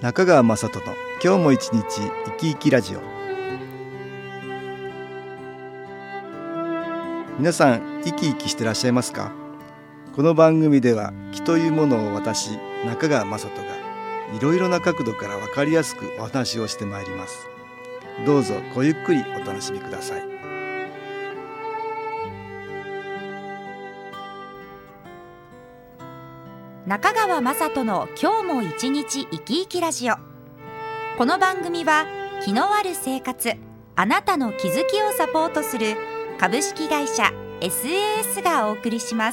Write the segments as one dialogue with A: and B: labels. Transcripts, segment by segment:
A: 中川雅人の今日も一日生き生きラジオ。皆さん生き生きしてらっしゃいますか？この番組では気というものを私中川雅人がいろいろな角度から分かりやすくお話をしてまいります。どうぞごゆっくりお楽しみください。
B: 中川雅人の今日も一日生き生きラジオ。この番組は気のある生活、あなたの気づきをサポートする株式会社 SAS がお送りします。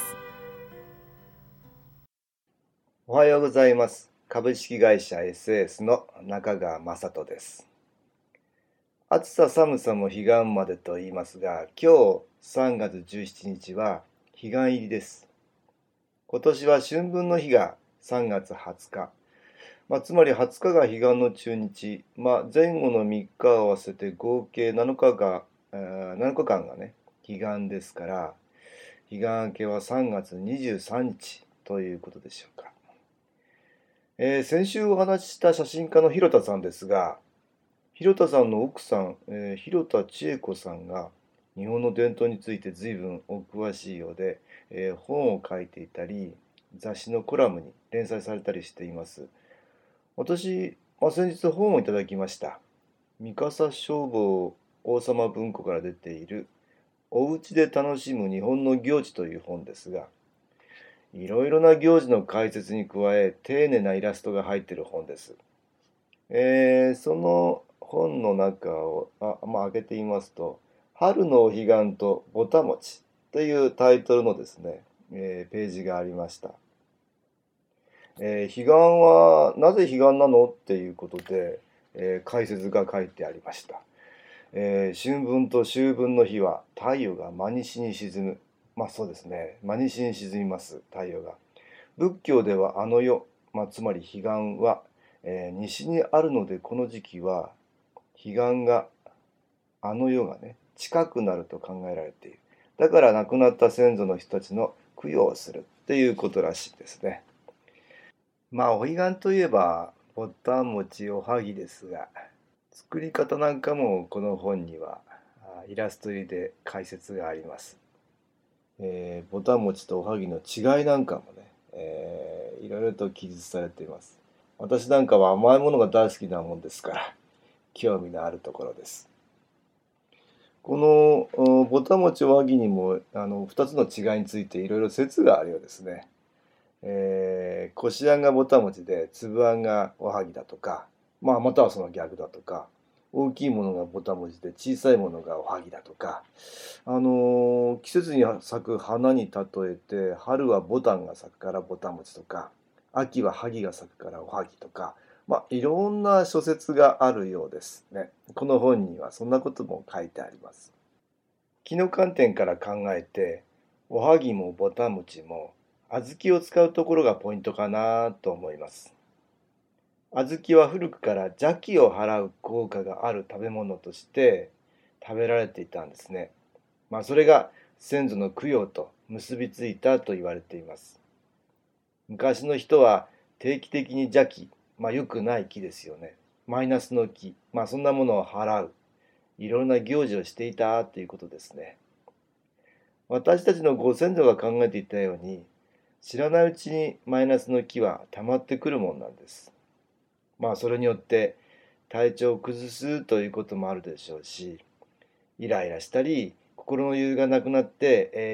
C: おはようございます。株式会社 SAS の中川雅人です。暑さ寒さも彼岸までと言いますが、今日3月17日は彼岸入りです。今年は春分の日が3月20日、つまり20日が彼岸の中日、前後の3日を合わせて合計7日間がね、彼岸ですから、彼岸明けは3月23日ということでしょうか。先週お話しした写真家の広田さんですが、広田さんの奥さん、広田千恵子さんが日本の伝統について随分お詳しいようで、本を書いていたり雑誌のコラムに連載されたりしています。私、先日本をいただきました。三笠消防王様文庫から出ているおうちで楽しむ日本の行事という本ですが、いろいろな行事の解説に加え丁寧なイラストが入っている本です。その本の中を開けてみますと、春のお彼岸とぼたもちというタイトルのですね、ページがありました。彼岸はなぜ彼岸なのっていうことで、解説が書いてありました。春分と秋分の日は太陽が真西に沈む。そうですね、真西に沈みます太陽が。仏教ではあの世、つまり彼岸は、西にあるので、この時期は彼岸があの世がね近くなると考えられている。だから亡くなった先祖の人たちの供養をするっていうことらしいですね。お彼岸といえばぼたもちおはぎですが、作り方なんかもこの本にはイラスト入りで解説があります。ぼたもちとおはぎの違いなんかもね、いろいろと記述されています。私なんかは甘いものが大好きなもんですから興味のあるところです。このぼたもちおはぎにも2つの違いについていろいろ説があるようですね。こしあんがぼたもちで粒あんがおはぎだとか、またはその逆だとか、大きいものがぼたもちで小さいものがおはぎだとか、季節に咲く花に例えて、春はぼたんが咲くからぼたもちとか、秋は萩が咲くからおはぎとか、いろんな諸説があるようですね。この本にはそんなことも書いてあります。気の観点から考えて、おはぎもぼたもちも小豆を使うところがポイントかなと思います。小豆は古くから邪気を払う効果がある食べ物として食べられていたんですね。それが先祖の供養と結びついたと言われています。昔の人は定期的に邪気、良くない気ですよね。マイナスの気、そんなものを払う、いろんな行事をしていたということですね。私たちのご先祖が考えていたように、知らないうちにマイナスの気は溜まってくるもんなんです。それによって体調を崩すということもあるでしょうし、イライラしたり心の余裕がなくなって、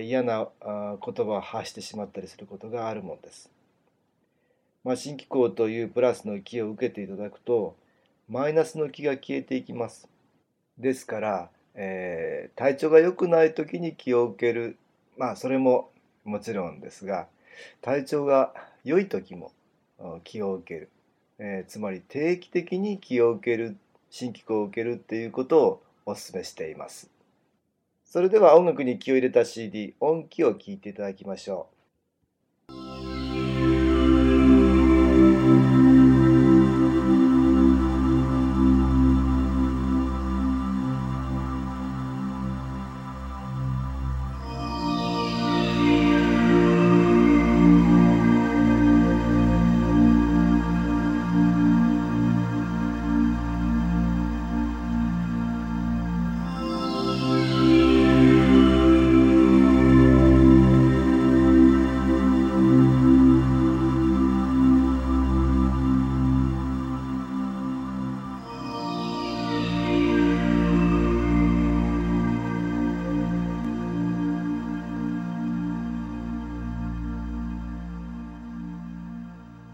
C: 嫌な言葉を発してしまったりすることがあるもんです。新気候というプラスの気を受けていただくとマイナスの気が消えていきます。ですから、体調が良くない時に気を受ける、それももちろんですが、体調が良い時も気を受ける、つまり定期的に気を受ける、新気候を受けるっていうことをお勧めしています。それでは音楽に気を入れた CD 音気を聴いていただきましょう。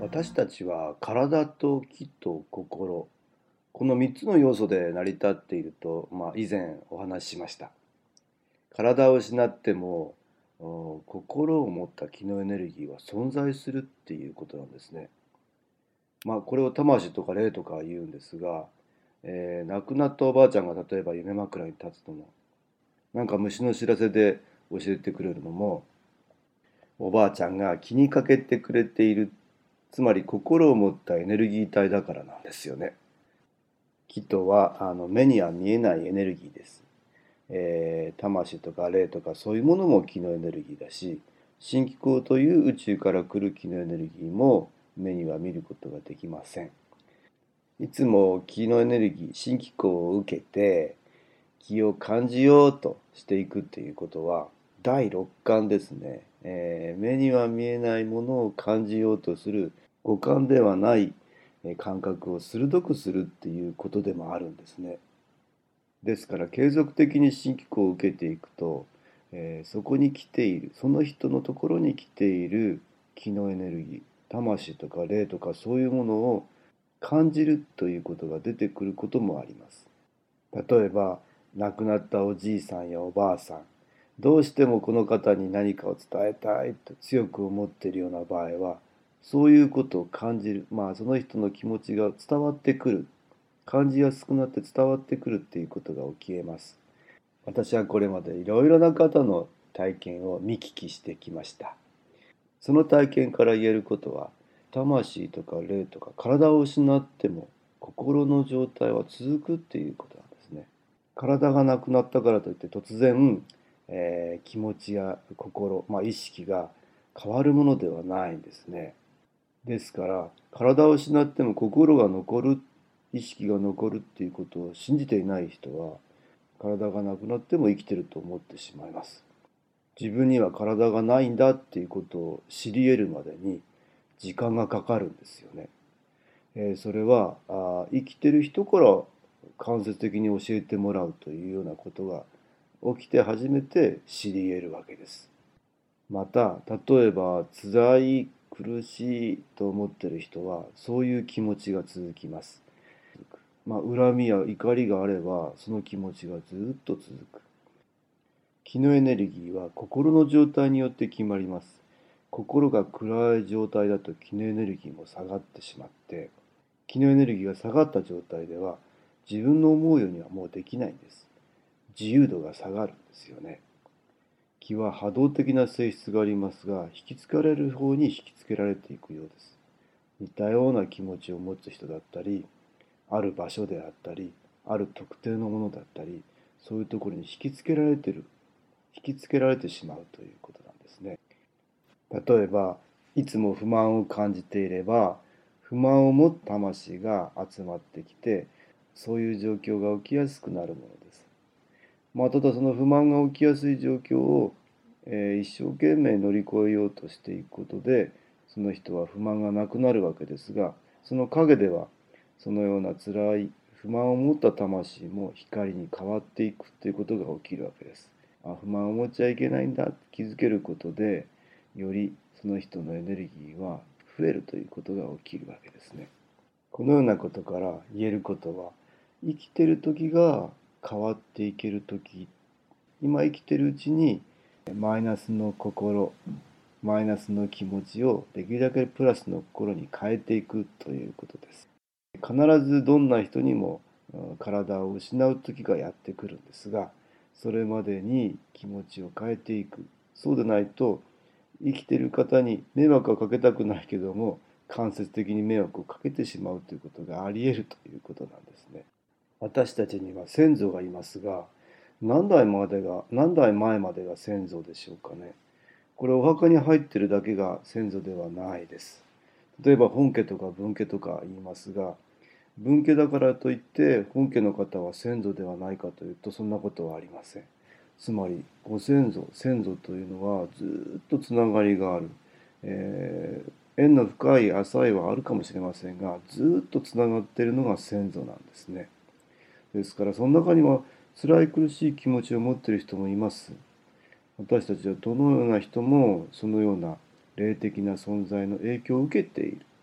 C: 私たちは体と気と心、この3つの要素で成り立っていると、以前お話ししました。体を失っても心を持った気のエネルギーは存在するっていうことなんですね。これを魂とか霊とか言うんですが、亡くなったおばあちゃんが例えば夢枕に立つのも、なんか虫の知らせで教えてくれるのも、おばあちゃんが気にかけてくれている、つまり心を持ったエネルギー体だからなんですよね。気とは目には見えないエネルギーです。魂とか霊とかそういうものも気のエネルギーだし、新気候という宇宙から来る気のエネルギーも目には見ることができません。いつも気のエネルギー、新気候を受けて気を感じようとしていくっていうことは第六感ですね。目には見えないものを感じようとする五感ではない感覚を鋭くするっていうことでもあるんですね。ですから継続的に新機構を受けていくと、そこに来ている、その人のところに来ている気のエネルギー、魂とか霊とかそういうものを感じるということが出てくることもあります。例えば亡くなったおじいさんやおばあさん、どうしてもこの方に何かを伝えたいと強く思っているような場合は、そういうことを感じる、その人の気持ちが伝わってくる、感じやすくなって伝わってくるっていうことが起きえます。私はこれまでいろいろな方の体験を見聞きしてきました。その体験から言えることは、魂とか霊とか体を失っても心の状態は続くっていうことなんですね。体がなくなったからといって突然、気持ちや心、意識が変わるものではないんですね。ですから体を失っても心が残る、意識が残るっていうことを信じていない人は、体がなくなっても生きてると思ってしまいます。自分には体がないんだっていうことを知り得るまでに時間がかかるんですよね。それは生きてる人から間接的に教えてもらうというようなことが起きて初めて知り得るわけです。また例えば辛い苦しいと思っている人はそういう気持ちが続きます。恨みや怒りがあればその気持ちがずっと続く。気のエネルギーは心の状態によって決まります。心が暗い状態だと気のエネルギーも下がってしまって、気のエネルギーが下がった状態では自分の思うようにはもうできないんです。自由度が下がるんですよね。気は波動的な性質がありますが、引きつかれる方に引きつけられていくようです。似たような気持ちを持つ人だったり、ある場所であったり、ある特定のものだったり、そういうところに引きつけられてしまうということなんですね。例えばいつも不満を感じていれば、不満を持った魂が集まってきて、そういう状況が起きやすくなるものです。ただその不満が起きやすい状況を、一生懸命乗り越えようとしていくことで、その人は不満がなくなるわけですが、その陰ではそのような辛い不満を持った魂も光に変わっていくということが起きるわけです。不満を持っちゃいけないんだと気づけることで、よりその人のエネルギーは増えるということが起きるわけですね。このようなことから言えることは、生きてる時が変わっていける時、今生きてるうちにマイナスの心、マイナスの気持ちをできるだけプラスの心に変えていくということです。必ずどんな人にも体を失う時がやってくるんですが、それまでに気持ちを変えていく。そうでないと、生きている方に迷惑はかけたくないけども、間接的に迷惑をかけてしまうということがあり得るということなんですね。私たちには先祖がいますが、何代前までが先祖でしょうかね。これお墓に入っているだけが先祖ではないです。例えば本家とか分家とか言いますが、分家だからといって本家の方は先祖ではないかというと、そんなことはありません。つまりご先祖、先祖というのはずっとつながりがある、縁の深い浅いはあるかもしれませんが、ずっとつながっているのが先祖なんですね。ですからその中には辛い苦しい気持ちを持っている人もいます。私たちはどのような人もそのような霊的な存在の影響を受けている。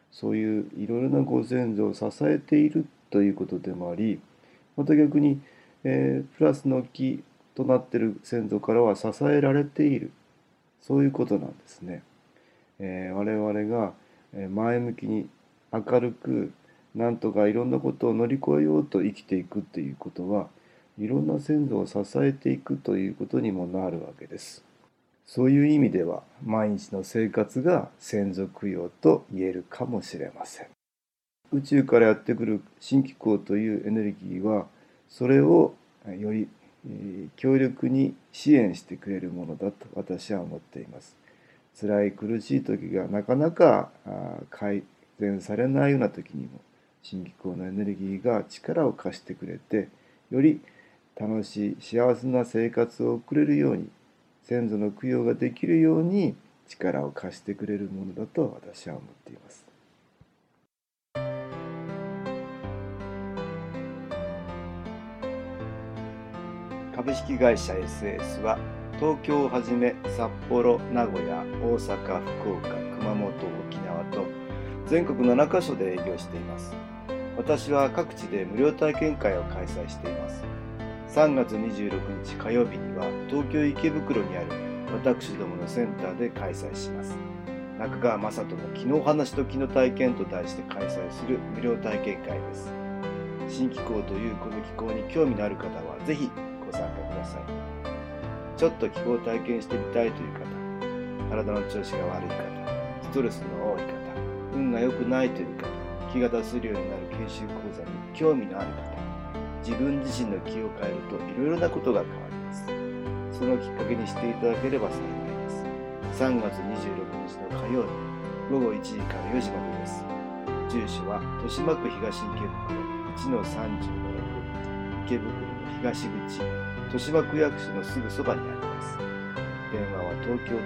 C: そういういろいろなご先祖を支えているということでもあり、また逆に、プラスの木となっている先祖からは支えられている、そういうことなんですね。我々が前向きに明るくなんとかいろんなことを乗り越えようと生きていくということは、いろんな先祖を支えていくということにもなるわけです。そういう意味では毎日の生活が先祖供養と言えるかもしれません。宇宙からやってくる新気候というエネルギーは、それをより強力に支援してくれるものだと私は思っています。辛い苦しい時がなかなか改善されないような時にも、新気候のエネルギーが力を貸してくれて、より楽しい幸せな生活を送れるように、先祖の供養ができるように力を貸してくれるものだと私は思っています。株式会社 SS は東京をはじめ札幌、名古屋、大阪、福岡、熊本、沖縄と全国7カ所で営業しています。私は各地で無料体験会を開催しています。3月26日火曜日には東京池袋にある私どものセンターで開催します。中川雅人の気の話と気の体験と題して開催する無料体験会です。新気候というこの気候に興味のある方はぜひご参加ください。ちょっと気候を体験してみたいという方、体の調子が悪い方、ストレスの多い方、運が良くないという方、気が出せるようになる研修講座に興味のある方、自分自身の気を変えるといろいろなことが変わります。そのきっかけにしていただければ幸いです。3月26日の火曜日、午後1時から4時までです。住所は豊島区東池袋 1-30-6 池袋の東口、豊島区役所のすぐそばにあります。電話は東京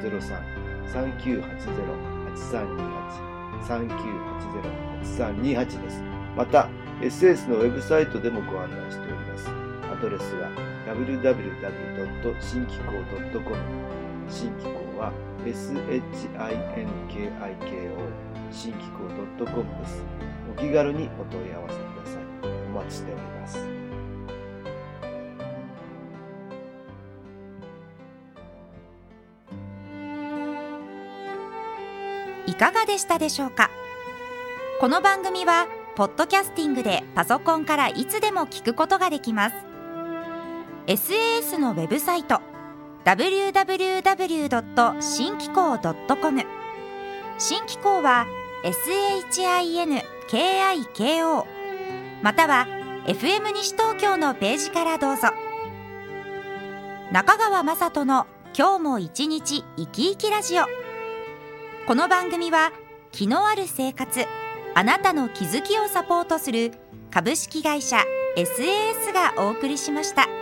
C: 03-3980-8328 3980-8328 です。また SS のウェブサイトでもご案内しております。アドレスは www.shinkiko.com、 新気候は SHINKIKO 新気候 .com です。お気軽にお問い合わせください。お待ちしております。
B: いかがでしたでしょうか。この番組はポッドキャスティングでパソコンからいつでも聞くことができます。 SAS のウェブサイト www.shinkiko.com、 新気候は SHINKIKO、 または FM 西東京のページからどうぞ。中川雅人の今日も一日生き生きラジオ。この番組は気のある生活、あなたの気づきをサポートする株式会社 SAS がお送りしました。